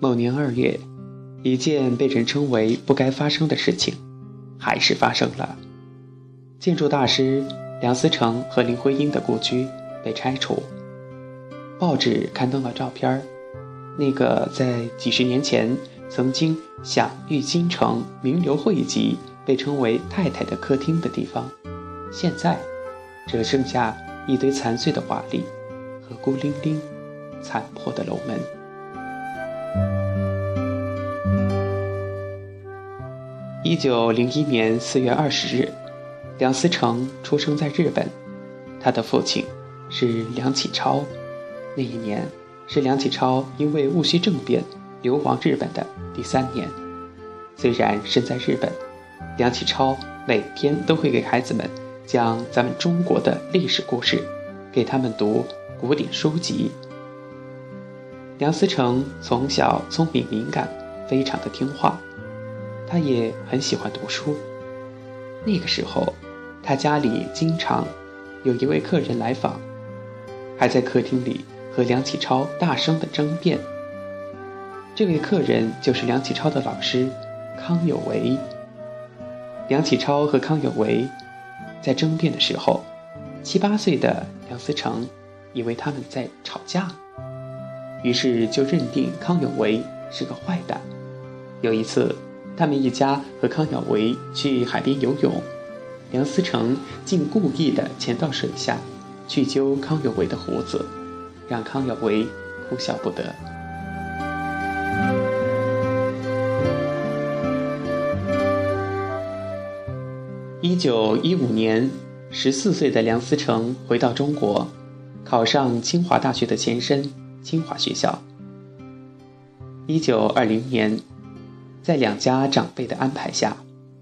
某年2月，一件被人称为不该发生的事情还是发生了。建筑大师梁思成和林徽因的故居被拆除，报纸刊登了照片，那个在几十年前曾经享誉京城名流汇集，被称为太太的客厅的地方，现在只剩下一堆残碎的瓦砾和孤零零残破的楼门。1901年4月20日，梁思成出生在日本，他的父亲是梁启超。那一年是梁启超因为戊戌政变流亡日本的第3年。虽然身在日本，梁启超每天都会给孩子们讲咱们中国的历史故事，给他们读古典书籍。梁思成从小聪明敏感，非常的听话，他也很喜欢读书。那个时候，他家里经常有一位客人来访，还在客厅里和梁启超大声的争辩。这位客人就是梁启超的老师康有为。梁启超和康有为在争辩的时候，7、8岁的梁思成以为他们在吵架，于是就认定康有为是个坏蛋。有一次，他们一家和康有为去海边游泳，梁思成竟故意的潜到水下去揪康有为的胡子，让康有为哭笑不得。1915年，14岁的梁思成回到中国，考上清华大学的前身清华学校。1920年，在2家长辈的安排下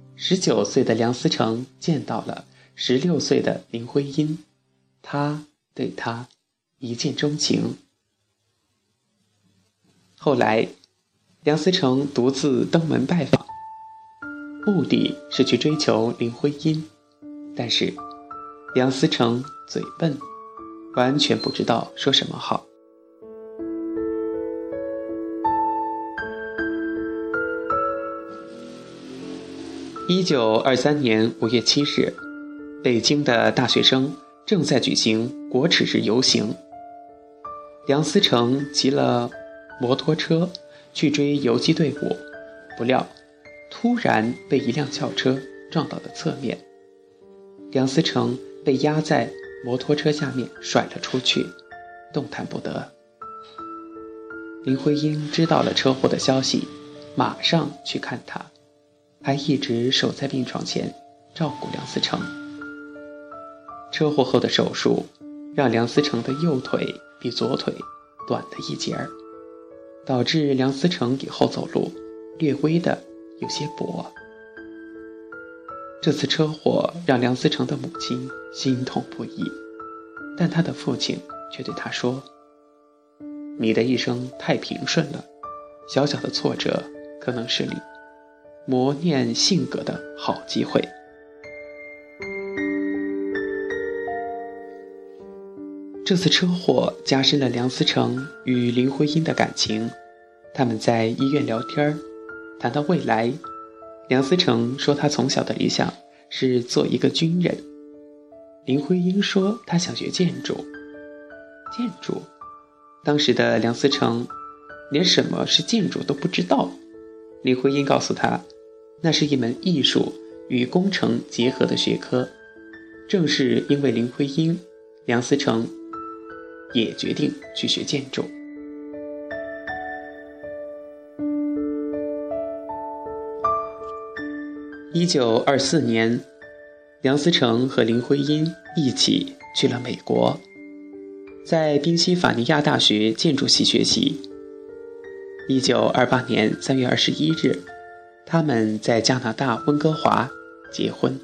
，19岁的梁思成见到了16岁的林徽因，他对她一见钟情。后来，梁思成独自登门拜访，目的是去追求林徽因，但是梁思成嘴笨，完全不知道说什么好。1923年5月7日，北京的大学生正在举行国耻日游行。梁思成骑了摩托车去追游击队伍，不料突然被一辆轿车撞到了侧面，梁思成被压在摩托车下面甩了出去，动弹不得。林徽因知道了车祸的消息，马上去看他，还一直守在病床前照顾梁思成。车祸后的手术让梁思成的右腿比左腿短了1截儿，导致梁思成以后走路略微的有些跛。这次车祸让梁思成的母亲心痛不已，但他的父亲却对他说：“你的一生太平顺了，小小的挫折可能是你磨练性格的好机会。”这次车祸加深了梁思成与林徽因的感情，他们在医院聊天，谈到未来。梁思成说他从小的理想是做一个军人，林徽因说他想学建筑。建筑？当时的梁思成连什么是建筑都不知道。林徽因告诉他，那是一门艺术与工程结合的学科。正是因为林徽因，梁思成也决定去学建筑。1924年，梁思成和林徽因一起去了美国，在宾夕法尼亚大学建筑系学习。1928年3月21日，他们在加拿大温哥华结婚。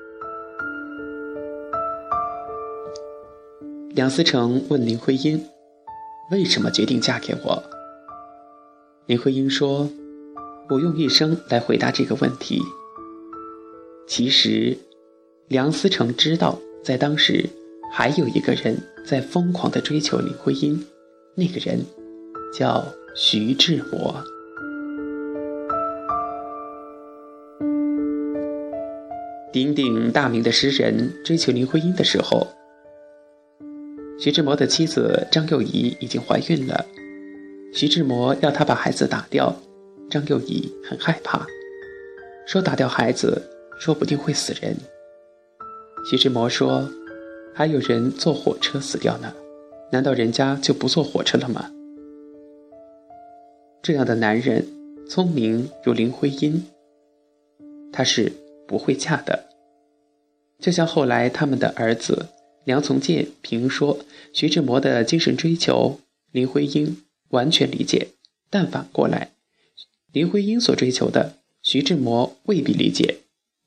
梁思成问林徽因，为什么决定嫁给我？林徽因说，我用一生来回答这个问题。其实梁思成知道，在当时还有一个人在疯狂地追求林徽因，那个人叫徐志摩。 鼎鼎大名的诗人追求林徽因的时候，徐志摩的妻子张幼仪已经怀孕了。徐志摩要他把孩子打掉，张幼仪很害怕，说打掉孩子说不定会死人。徐志摩说，还有人坐火车死掉呢，难道人家就不坐火车了吗？这样的男人聪明如林徽因，他是不会嫁的。就像后来他们的儿子梁从诫评说徐志摩的精神追求，林徽因完全理解，但反过来，林徽因所追求的，徐志摩未必理解。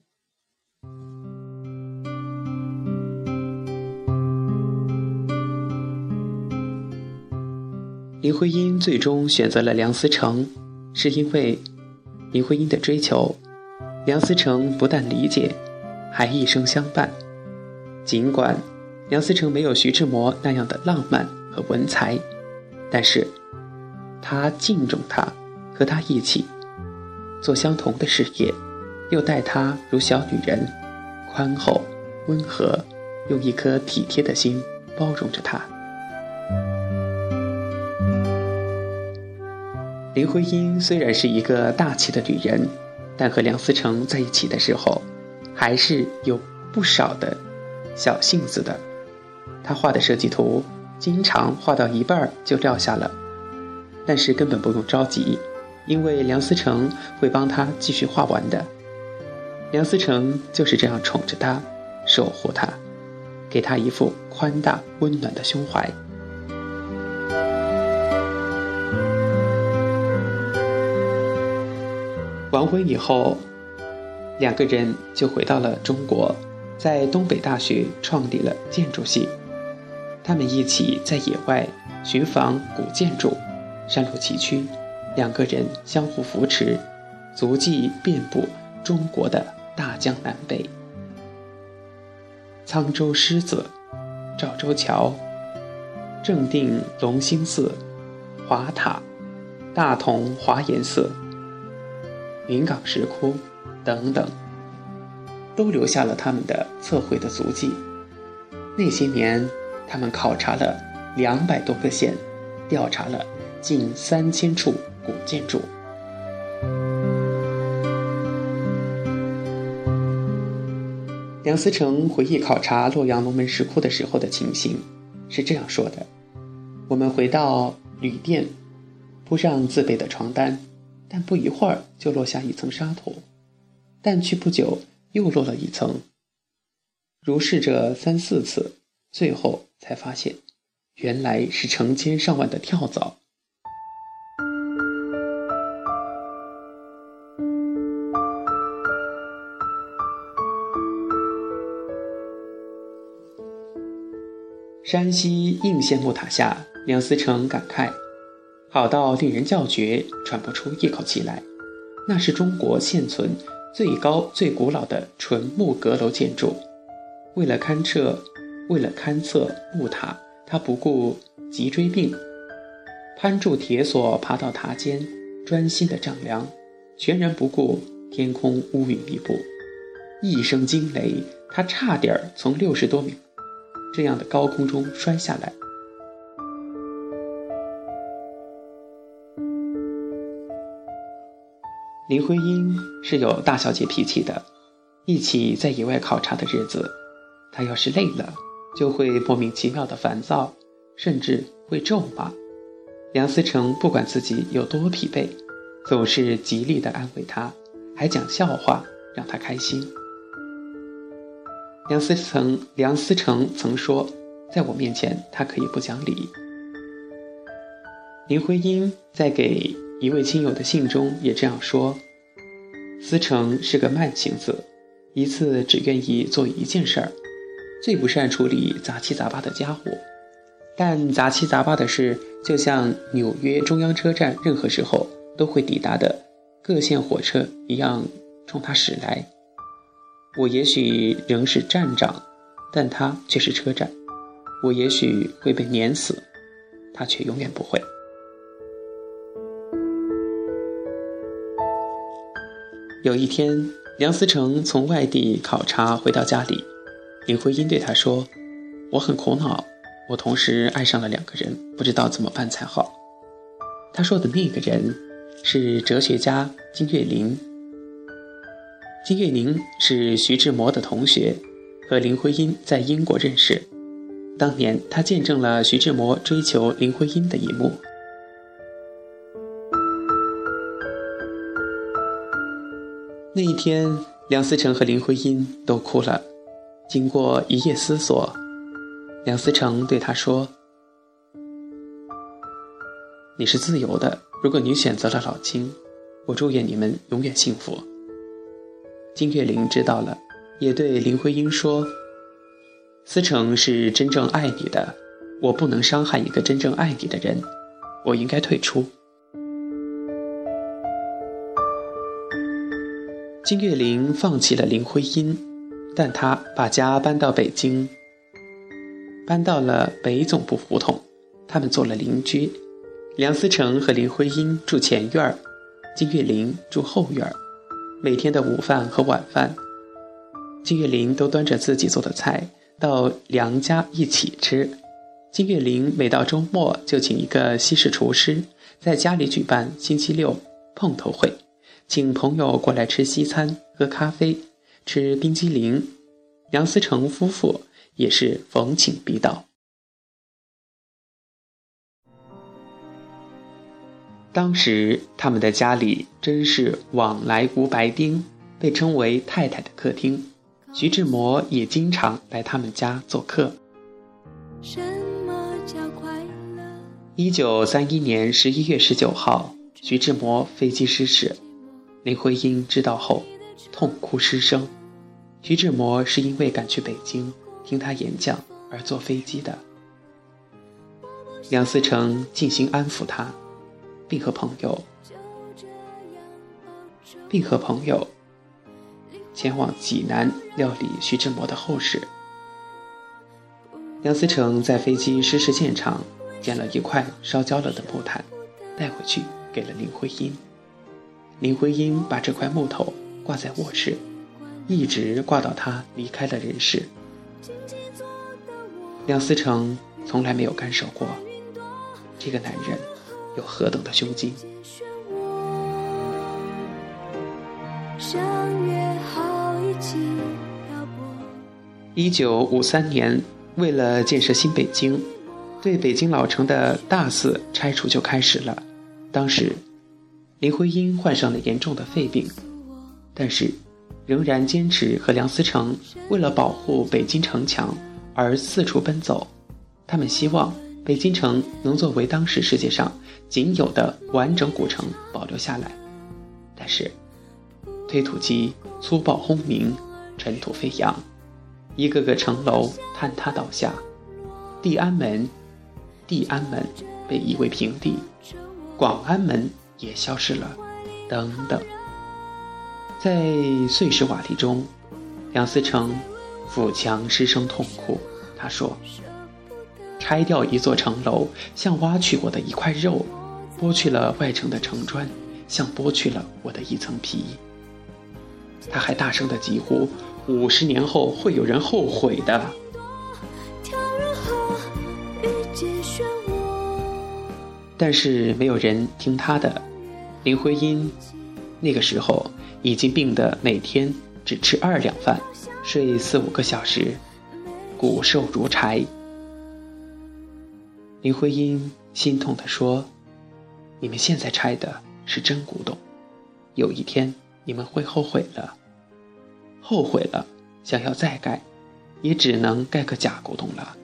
林徽因最终选择了梁思成，是因为林徽因的追求，梁思成不但理解，还一生相伴。尽管梁思成没有徐志摩那样的浪漫和文采，但是他敬重他，和他一起做相同的事业，又待他如小女人，宽厚温和，用一颗体贴的心包容着他。林徽因虽然是一个大气的女人，但和梁思成在一起的时候，还是有不少的小性子的。她画的设计图经常画到一半就掉下了，但是根本不用着急，因为梁思成会帮她继续画完的。梁思成就是这样宠着她，守护她，给她一副宽大温暖的胸怀。完婚以后，两个人就回到了中国，在东北大学创立了建筑系。他们一起在野外寻访古建筑，山路崎岖，两个人相互扶持，足迹遍布中国的大江南北。沧州狮子、赵州桥、正定隆兴寺、华塔、大同华严寺、云冈石窟等等，都留下了他们的测绘的足迹。那些年，他们考察了200多个县，调查了近3000处古建筑。梁思成回忆考察洛阳龙门石窟的时候的情形，是这样说的：我们回到旅店，铺上自备的床单，但不一会儿就落下一层沙土，但去不久又落了一层，如是着3、4次，最后才发现原来是成千上万的跳蚤。山西应县木塔下，梁思成感慨，好到令人叫绝，喘不出一口气来。那是中国现存最高最古老的纯木阁楼建筑。为了勘测木塔，他不顾脊椎病，攀住铁索爬到塔尖，专心的丈量，全然不顾天空乌云密布。一声惊雷，他差点从60多米这样的高空中摔下来。林徽因是有大小姐脾气的，一起在野外考察的日子，她要是累了，就会莫名其妙的烦躁，甚至会咒骂。梁思成不管自己有多疲惫，总是极力的安慰她，还讲笑话让她开心。梁思成曾说，在我面前他可以不讲理。林徽因在给一位亲友的信中也这样说，思成是个慢性子，一次只愿意做一件事儿，最不善处理杂七杂八的家伙，但杂七杂八的事就像纽约中央车站任何时候都会抵达的各线火车一样冲他驶来。我也许仍是站长，但他却是车站。我也许会被碾死，他却永远不会。有一天， 梁思成从外地考察回到家里，林徽因对他说：我很苦恼，我同时爱上了2个人，不知道怎么办才好。他说的那个人是哲学家金岳霖。金岳霖是徐志摩的同学，和林徽因在英国认识。当年他见证了徐志摩追求林徽因的一幕。那一天，梁思成和林徽因都哭了。经过一夜思索，梁思成对他说：你是自由的，如果你选择了老金，我祝愿你们永远幸福。金岳霖知道了，也对林徽因说：思成是真正爱你的，我不能伤害一个真正爱你的人，我应该退出。金岳霖放弃了林徽因，但他把家搬到北京，搬到了北总部胡同，他们做了邻居。梁思成和林徽因住前院，金岳霖住后院。每天的午饭和晚饭，金岳霖都端着自己做的菜到梁家一起吃。金岳霖每到周末就请一个西式厨师在家里举办星期六碰头会，请朋友过来吃西餐、喝咖啡、吃冰激凌。梁思成夫妇也是逢请必到。当时他们的家里真是往来无白丁，被称为太太的客厅。徐志摩也经常来他们家做客。1931年11月19号，徐志摩飞机失事，林徽因知道后痛哭失声。徐志摩是因为赶去北京听他演讲而坐飞机的。梁思成尽心安抚他，并和朋友前往济南料理徐志摩的后事。梁思成在飞机失事现场捡了一块烧焦了的木炭，带回去给了林徽因。林徽因把这块木头挂在卧室，一直挂到他离开了人世。梁思成从来没有感受过这个男人有何等的胸襟。1953年，为了建设新北京，对北京老城的大肆拆除就开始了。当时林徽因患上了严重的肺病，但是仍然坚持和梁思成为了保护北京城墙而四处奔走。他们希望北京城能作为当时世界上仅有的完整古城保留下来。但是推土机粗暴轰鸣，尘土飞扬，一个个城楼坍塌倒下，地安门被夷为平地，广安门也消失了，等等。在碎石瓦砾中，梁思成抚墙失声痛哭。他说：拆掉一座城楼，像挖去我的一块肉；剥去了外城的城砖，像剥去了我的一层皮。他还大声地疾呼：50年后会有人后悔的。但是没有人听他的。林徽因那个时候已经病得每天只吃2两饭，睡4-5个小时，骨瘦如柴。林徽因心痛地说：你们现在拆的是真古董，有一天你们会后悔了，后悔了想要再盖，也只能盖个假古董了。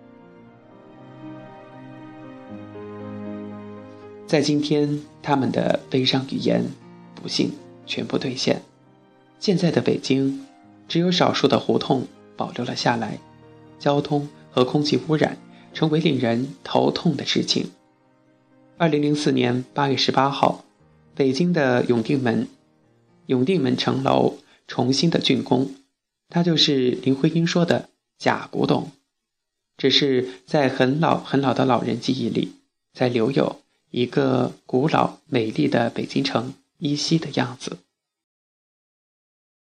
在今天，他们的悲伤语言不幸全部兑现。现在的北京只有少数的胡同保留了下来，交通和空气污染成为令人头痛的事情。2004年8月18号，北京的永定门城楼重新的竣工，它就是林徽因说的假古董，只是在很老很老的老人记忆里，才留有一个古老美丽的北京城依稀的样子。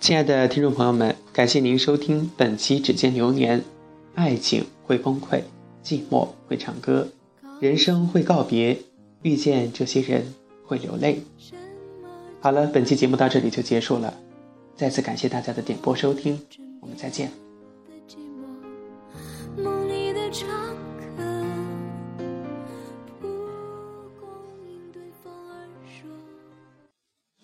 亲爱的听众朋友们，感谢您收听本期指尖流年。爱情会崩溃，寂寞会唱歌，人生会告别，遇见这些人会流泪。好了，本期节目到这里就结束了，再次感谢大家的点播收听，我们再见。 梦里的长